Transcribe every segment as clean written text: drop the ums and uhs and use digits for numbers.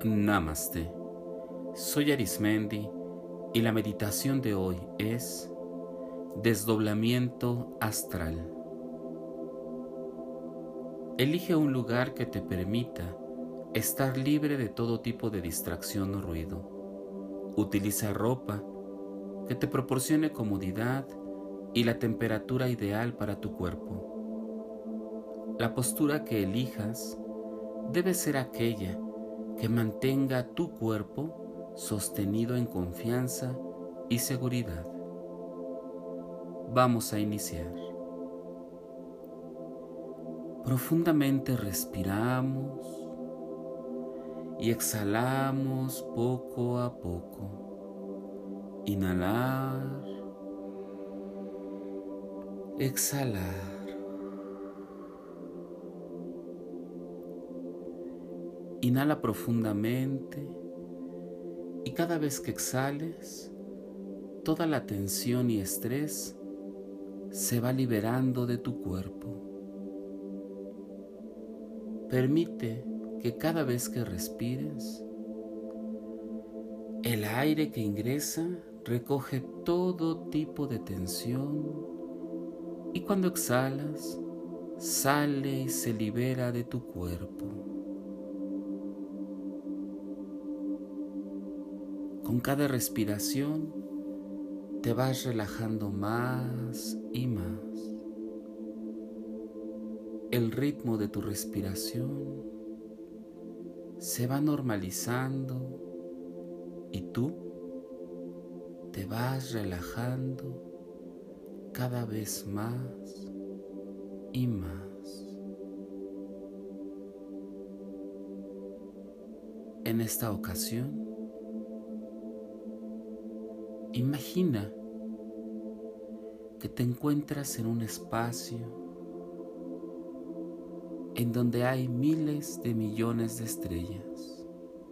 Namaste. Soy Arismendi y la meditación de hoy es desdoblamiento astral. Elige un lugar que te permita estar libre de todo tipo de distracción o ruido. Utiliza ropa que te proporcione comodidad y la temperatura ideal para tu cuerpo. La postura que elijas debe ser aquella que mantenga tu cuerpo sostenido en confianza y seguridad. Vamos a iniciar. Profundamente respiramos y exhalamos poco a poco. Inhalar, exhalar. Inhala profundamente y cada vez que exhales, toda la tensión y estrés se va liberando de tu cuerpo. Permite que cada vez que respires, el aire que ingresa recoge todo tipo de tensión y cuando exhalas, sale y se libera de tu cuerpo. Con cada respiración te vas relajando más y más. El ritmo de tu respiración se va normalizando y tú te vas relajando cada vez más y más. En esta ocasión, imagina que te encuentras en un espacio en donde hay miles de millones de estrellas.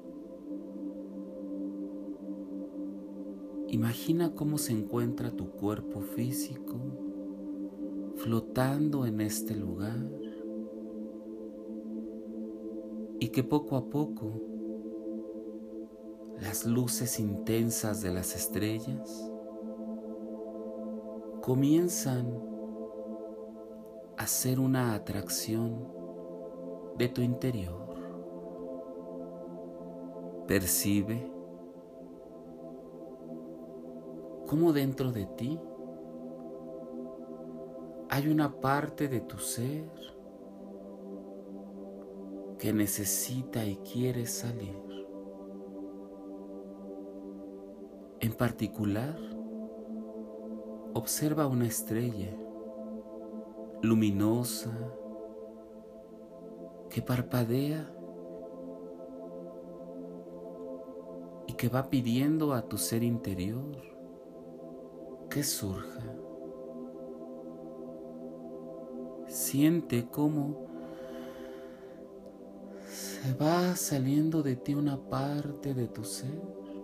Imagina cómo se encuentra tu cuerpo físico flotando en este lugar y que poco a poco las luces intensas de las estrellas comienzan a ser una atracción de tu interior. Percibe cómo dentro de ti hay una parte de tu ser que necesita y quiere salir. En particular, observa una estrella luminosa que parpadea y que va pidiendo a tu ser interior que surja. Siente cómo se va saliendo de ti una parte de tu ser,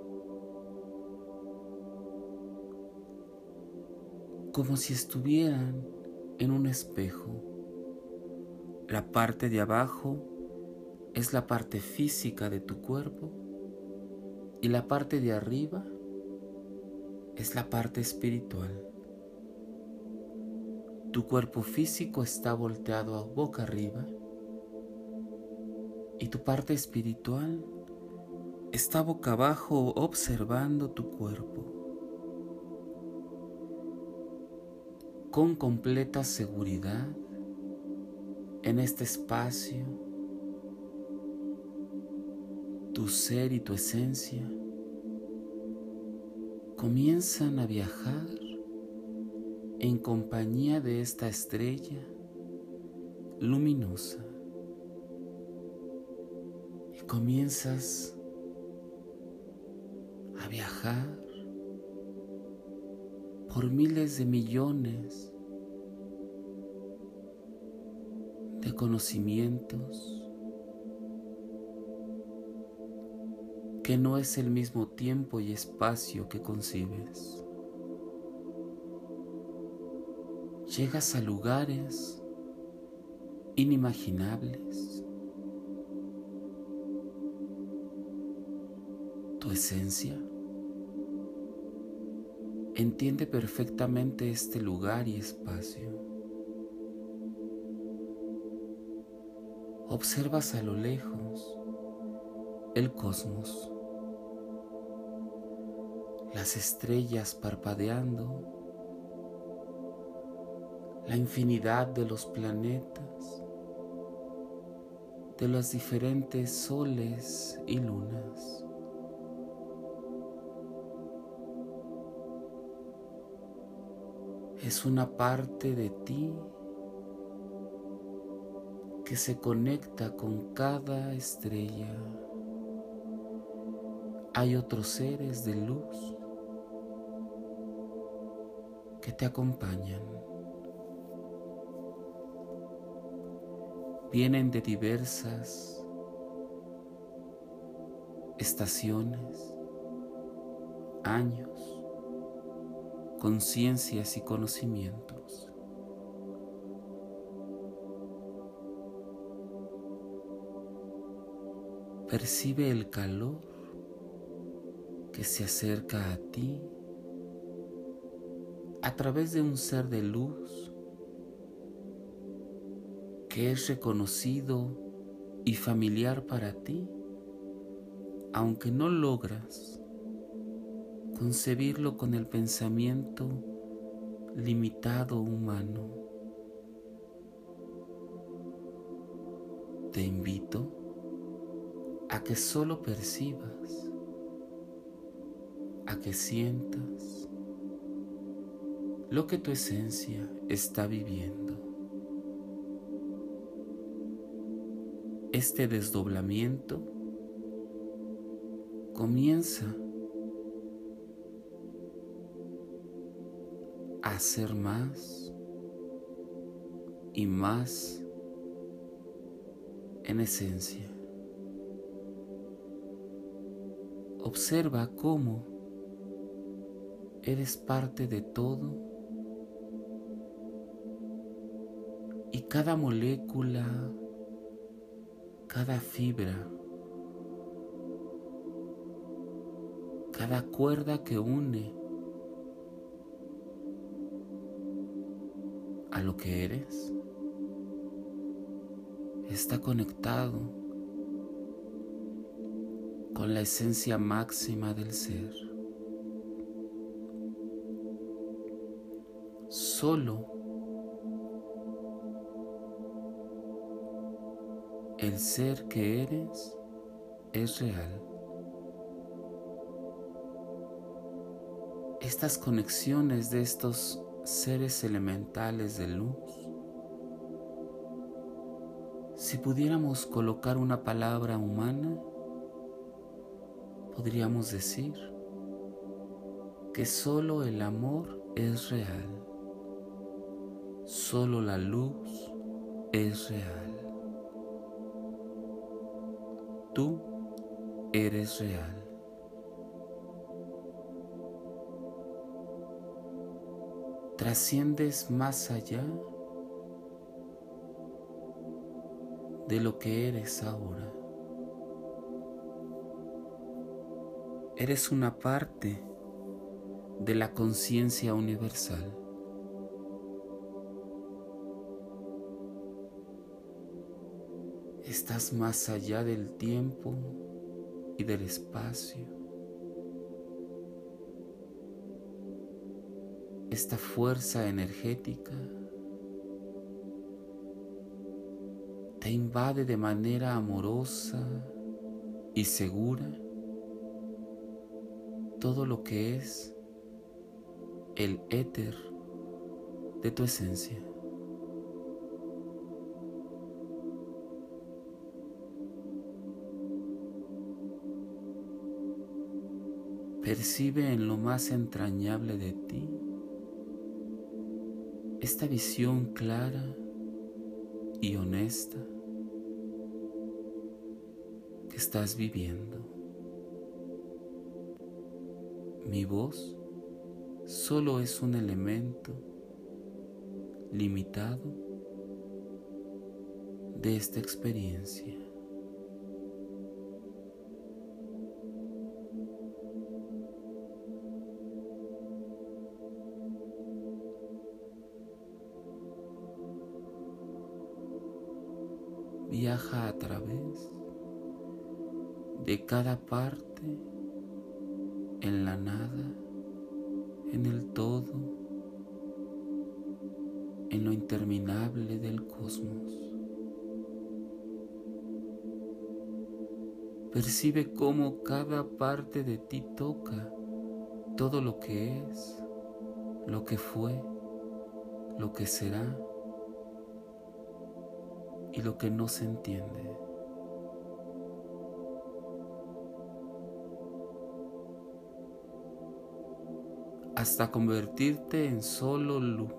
como si estuvieran en un espejo. La parte de abajo es la parte física de tu cuerpo y la parte de arriba es la parte espiritual. Tu cuerpo físico está volteado a boca arriba y tu parte espiritual está boca abajo observando tu cuerpo. Con completa seguridad, en este espacio, tu ser y tu esencia comienzan a viajar en compañía de esta estrella luminosa y comienzas a viajar por miles de millones de conocimientos que no es el mismo tiempo y espacio que concibes. Llegas a lugares inimaginables tu esencia. Entiende perfectamente este lugar y espacio. Observas a lo lejos el cosmos, las estrellas parpadeando, la infinidad de los planetas, de los diferentes soles y lunas. Es una parte de ti que se conecta con cada estrella. Hay otros seres de luz que te acompañan. Vienen de diversas estaciones, años, conciencias y conocimientos. Percibe el calor que se acerca a ti a través de un ser de luz que es reconocido y familiar para ti, aunque no logras concebirlo con el pensamiento limitado humano. Te invito a que solo percibas, a que sientas lo que tu esencia está viviendo. Este desdoblamiento comienza a ser más y más en esencia. Observa cómo eres parte de todo y cada molécula, cada fibra, cada cuerda que une a lo que eres está conectado con la esencia máxima del ser. Solo el ser que eres es real. Estas conexiones de estos seres elementales de luz, si pudiéramos colocar una palabra humana, podríamos decir que solo el amor es real, solo la luz es real. Tú eres real. Trasciendes más allá de lo que eres ahora. Eres una parte de la conciencia universal. Estás más allá del tiempo y del espacio. Esta fuerza energética te invade de manera amorosa y segura todo lo que es el éter de tu esencia. Percibe en lo más entrañable de ti esta visión clara y honesta que estás viviendo. Mi voz solo es un elemento limitado de esta experiencia. viaja a través de cada parte, en la nada, en el todo, en lo interminable del cosmos. Percibe cómo cada parte de ti toca todo lo que es, lo que fue, lo que será y lo que no se entiende. Hasta convertirte en solo luz.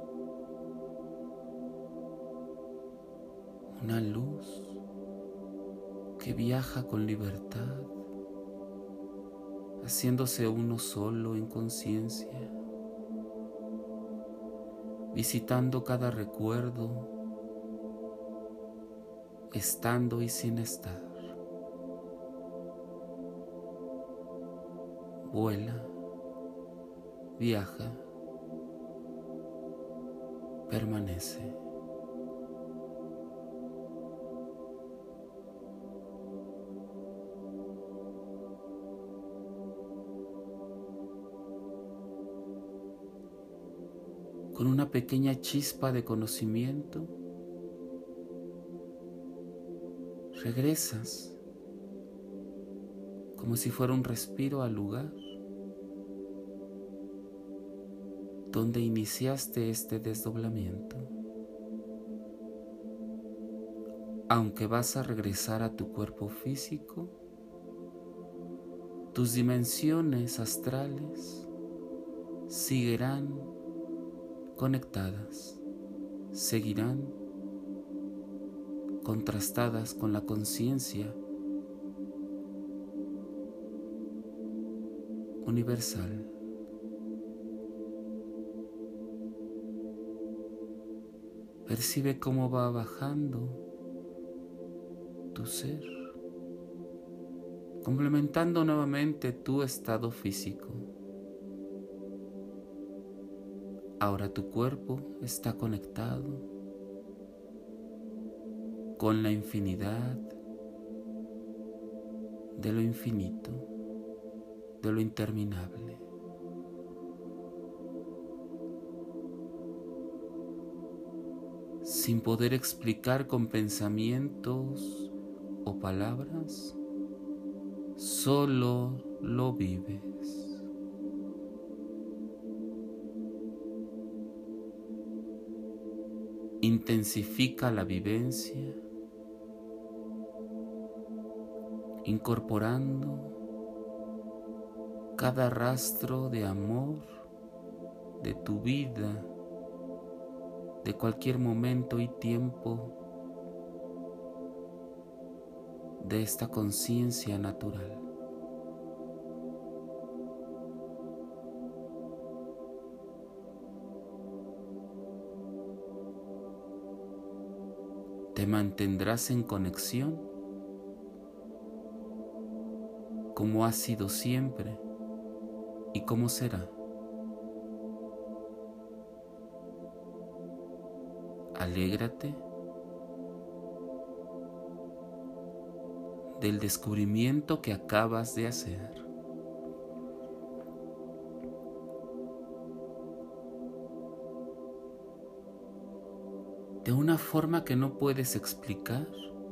Una luz que viaja con libertad, haciéndose uno solo en conciencia, visitando cada recuerdo, estando y sin estar. Vuela, viaja, permanece. Con una pequeña chispa de conocimiento, regresas como si fuera un respiro al lugar donde iniciaste este desdoblamiento. Aunque vas a regresar a tu cuerpo físico, tus dimensiones astrales seguirán conectadas, seguirán contrastadas con la conciencia universal. Percibe cómo va bajando tu ser, complementando nuevamente tu estado físico. Ahora tu cuerpo está conectado con la infinidad de lo infinito, de lo interminable. Sin poder explicar con pensamientos o palabras, solo lo vives. Intensifica la vivencia, incorporando cada rastro de amor de tu vida, de cualquier momento y tiempo de esta conciencia natural. Te mantendrás en conexión como ha sido siempre y como será. Alégrate del descubrimiento que acabas de hacer. De una forma que no puedes explicar,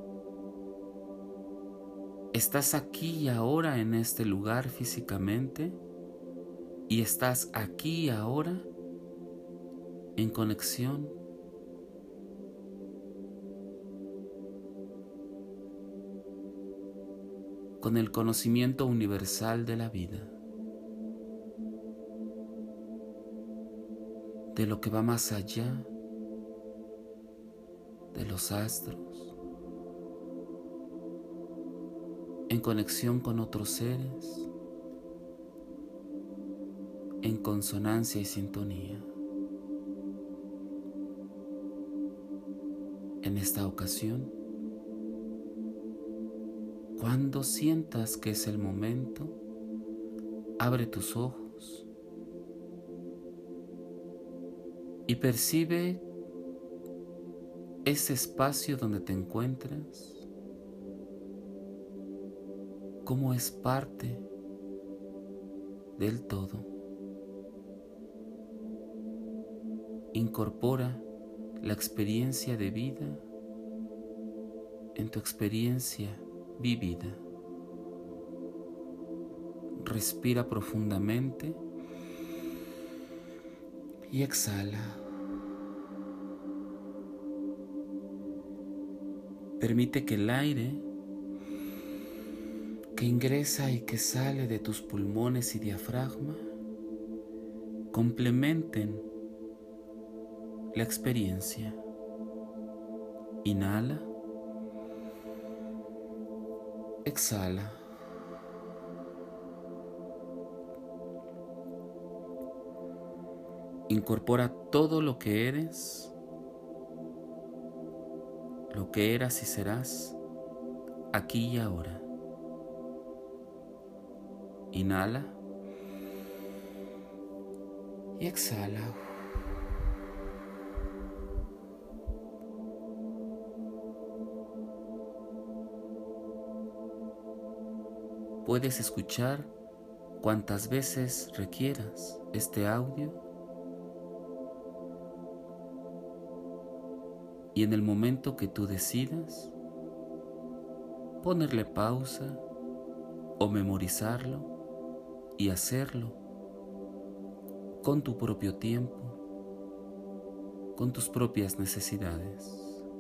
estás aquí y ahora en este lugar físicamente y estás aquí y ahora en conexión con el conocimiento universal de la vida, de lo que va más allá de los astros, en conexión con otros seres, en consonancia y sintonía. En esta ocasión, cuando sientas que es el momento, abre tus ojos y percibe ese espacio donde te encuentras, cómo es parte del todo. Incorpora la experiencia de vida en tu experiencia vivida. Respira profundamente y exhala. Permite que el aire que ingresa y que sale de tus pulmones y diafragma complementen la experiencia. Inhala. Exhala. Incorpora todo lo que eres, lo que eras y serás, aquí y ahora. Inhala y exhala. Puedes escuchar cuantas veces requieras este audio y en el momento que tú decidas ponerle pausa o memorizarlo y hacerlo con tu propio tiempo, con tus propias necesidades.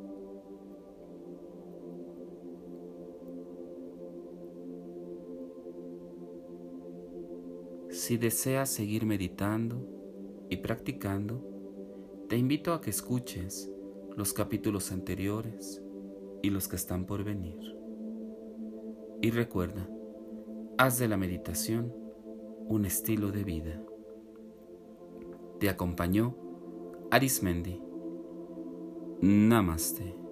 Si deseas seguir meditando y practicando, te invito a que escuches los capítulos anteriores y los que están por venir. Y recuerda, haz de la meditación un estilo de vida. Te acompañó Arismendi. Namaste.